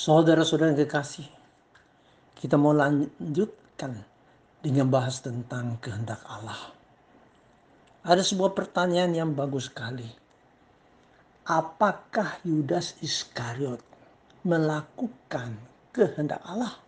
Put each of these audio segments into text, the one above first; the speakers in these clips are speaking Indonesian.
Saudara-saudara yang kekasih, kita mau lanjutkan dengan bahas tentang kehendak Allah. Ada sebuah pertanyaan yang bagus sekali. Apakah Yudas Iskariot melakukan kehendak Allah?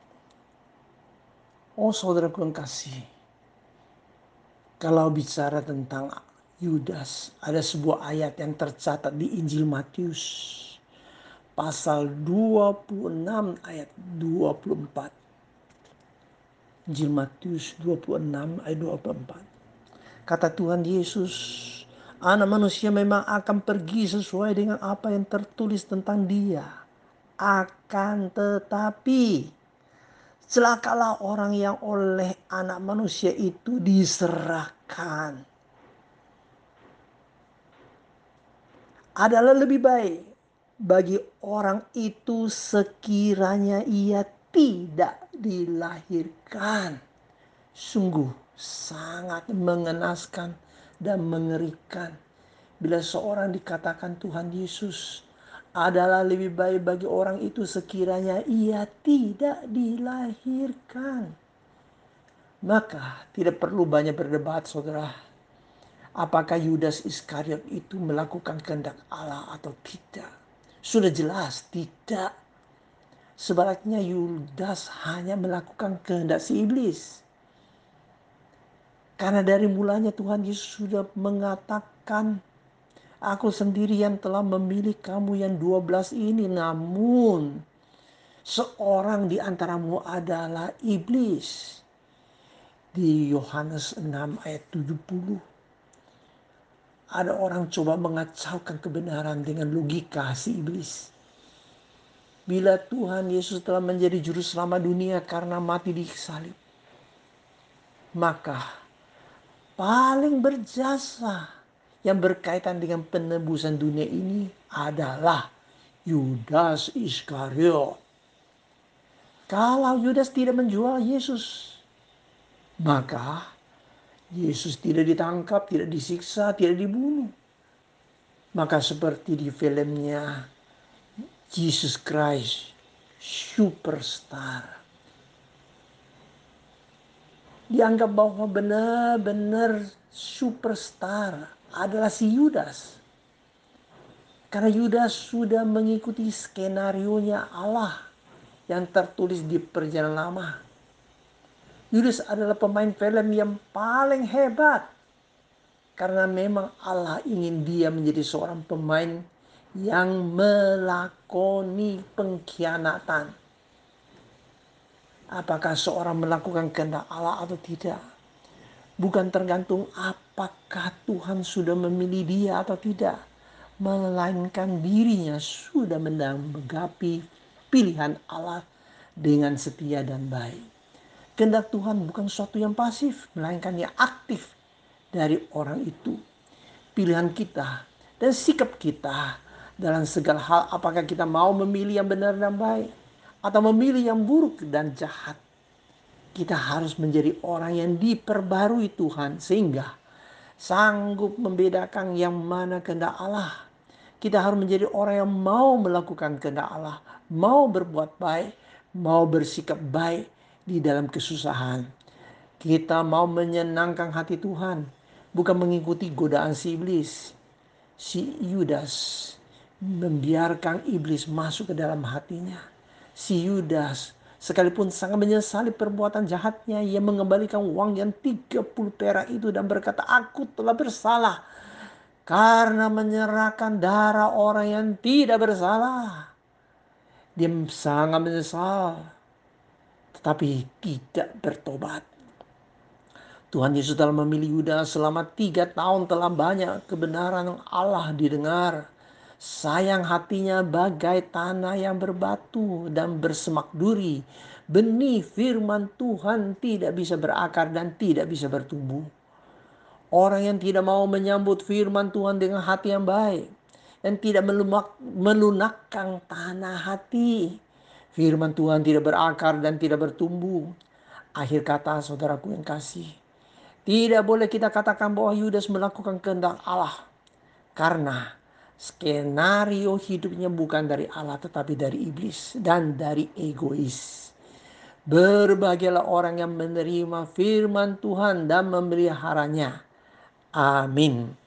Oh saudaraku yang kasih, kalau bicara tentang Yudas, ada sebuah ayat yang tercatat di Injil Matius pasal 26 ayat 24. Injil Matius 26 ayat 24. Kata Tuhan Yesus, Anak manusia memang akan pergi sesuai dengan apa yang tertulis tentang dia. Akan tetapi, celakalah orang yang oleh anak manusia itu diserahkan. Adalah lebih baik bagi orang itu sekiranya ia tidak dilahirkan. Sungguh sangat mengenaskan dan mengerikan bila seorang dikatakan Tuhan Yesus. Adalah lebih baik bagi orang itu sekiranya ia tidak dilahirkan. Maka tidak perlu banyak berdebat, saudara. Apakah Yudas Iskariot itu melakukan kehendak Allah atau tidak? Sudah jelas tidak. Sebaliknya Yudas hanya melakukan kehendak si iblis. Karena dari mulanya Tuhan Yesus sudah mengatakan, Aku sendiri yang telah memilih kamu yang 12 ini. Namun seorang di antaramu adalah iblis. Di Yohanes 6 ayat 70. Ada orang coba mengacaukan kebenaran dengan logika si iblis. Bila Tuhan Yesus telah menjadi juru selamat dunia karena mati di salib, maka paling berjasa yang berkaitan dengan penebusan dunia ini adalah Yudas Iskariot. Kalau Yudas tidak menjual Yesus, maka Yesus tidak ditangkap, tidak disiksa, tidak dibunuh. Maka seperti di filmnya Jesus Christ Superstar, dianggap bahwa benar-benar superstar adalah si Yudas. Karena Yudas sudah mengikuti skenarionya Allah yang tertulis di Perjanjian Lama. Yudas adalah pemain film yang paling hebat. Karena memang Allah ingin dia menjadi seorang pemain yang melakoni pengkhianatan. Apakah seorang melakukan kehendak Allah atau tidak? Bukan tergantung apakah Tuhan sudah memilih dia atau tidak. Melainkan dirinya sudah menanggapi pilihan Allah dengan setia dan baik. Kehendak Tuhan bukan sesuatu yang pasif, melainkan yang aktif dari orang itu. Pilihan kita dan sikap kita dalam segala hal, apakah kita mau memilih yang benar dan baik atau memilih yang buruk dan jahat. Kita harus menjadi orang yang diperbarui Tuhan sehingga sanggup membedakan yang mana kehendak Allah. Kita harus menjadi orang yang mau melakukan kehendak Allah, mau berbuat baik, mau bersikap baik di dalam kesusahan. Kita mau menyenangkan hati Tuhan, bukan mengikuti godaan si iblis. Si Yudas membiarkan iblis masuk ke dalam hatinya. Si Yudas sekalipun sangat menyesali perbuatan jahatnya, ia mengembalikan uang yang 30 perak itu dan berkata, Aku telah bersalah karena menyerahkan darah orang yang tidak bersalah. Dia sangat menyesal, tetapi tidak bertobat. Tuhan Yesus telah memilih Yudas selama 3 tahun, telah banyak kebenaran Allah didengar. Sayang hatinya bagai tanah yang berbatu dan bersemak duri. Benih firman Tuhan tidak bisa berakar dan tidak bisa bertumbuh. Orang yang tidak mau menyambut firman Tuhan dengan hati yang baik dan tidak melunakkan tanah hati, firman Tuhan tidak berakar dan tidak bertumbuh. Akhir kata, saudaraku yang kasih, tidak boleh kita katakan bahwa Yudas melakukan kehendak Allah. Karena Skenario hidupnya bukan dari Allah tetapi dari iblis dan dari egois. Berbahagialah orang yang menerima firman Tuhan dan memeliharanya. Amin.